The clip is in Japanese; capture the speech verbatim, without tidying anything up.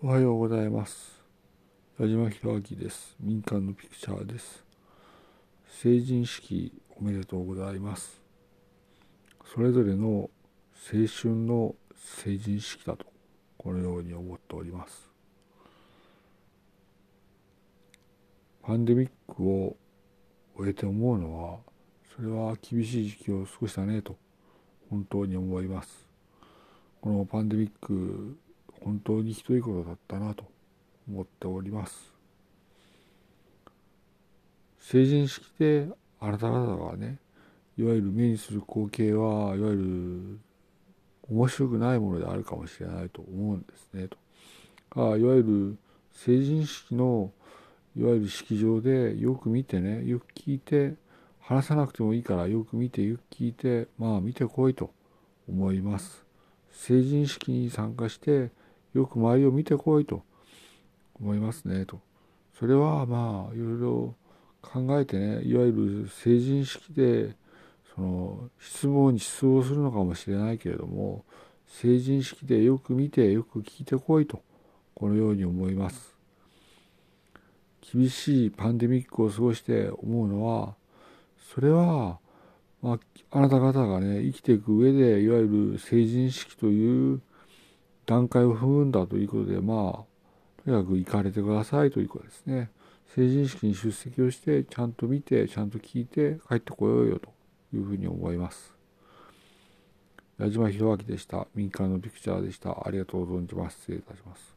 おはようございます。矢島博明です。民間のピクチャーです。成人式おめでとうございます。それぞれの青春の成人式だと、このように思っております。パンデミックを終えて思うのは、それは厳しい時期を過ごしたねと、本当に思います。このパンデミック、本当にひどいことだったなと思っております。成人式であなた方がね、いわゆる目にする光景はいわゆる面白くないものであるかもしれないと思うんですねと。あいわゆる成人式のいわゆる式場でよく見てね、よく聞いて、話さなくてもいいからよく見てよく聞いて、まあ見てこいと思います。成人式に参加してよく周りを見てこいと思いますねと。それはまあいろいろ考えてね、いわゆる成人式でその質問に失望するのかもしれないけれども、成人式でよく見てよく聞いてこいと、このように思います。厳しいパンデミックを過ごして思うのは、それは、まあ、あなた方がね、生きていく上でいわゆる成人式という段階を踏むんだということで、まあとにかく行かれてくださいということですね。成人式に出席をしてちゃんと見てちゃんと聞いて帰ってこようよというふうに思います。矢島博明でした。民間のピクチャーでした。ありがとう存じます。失礼いたします。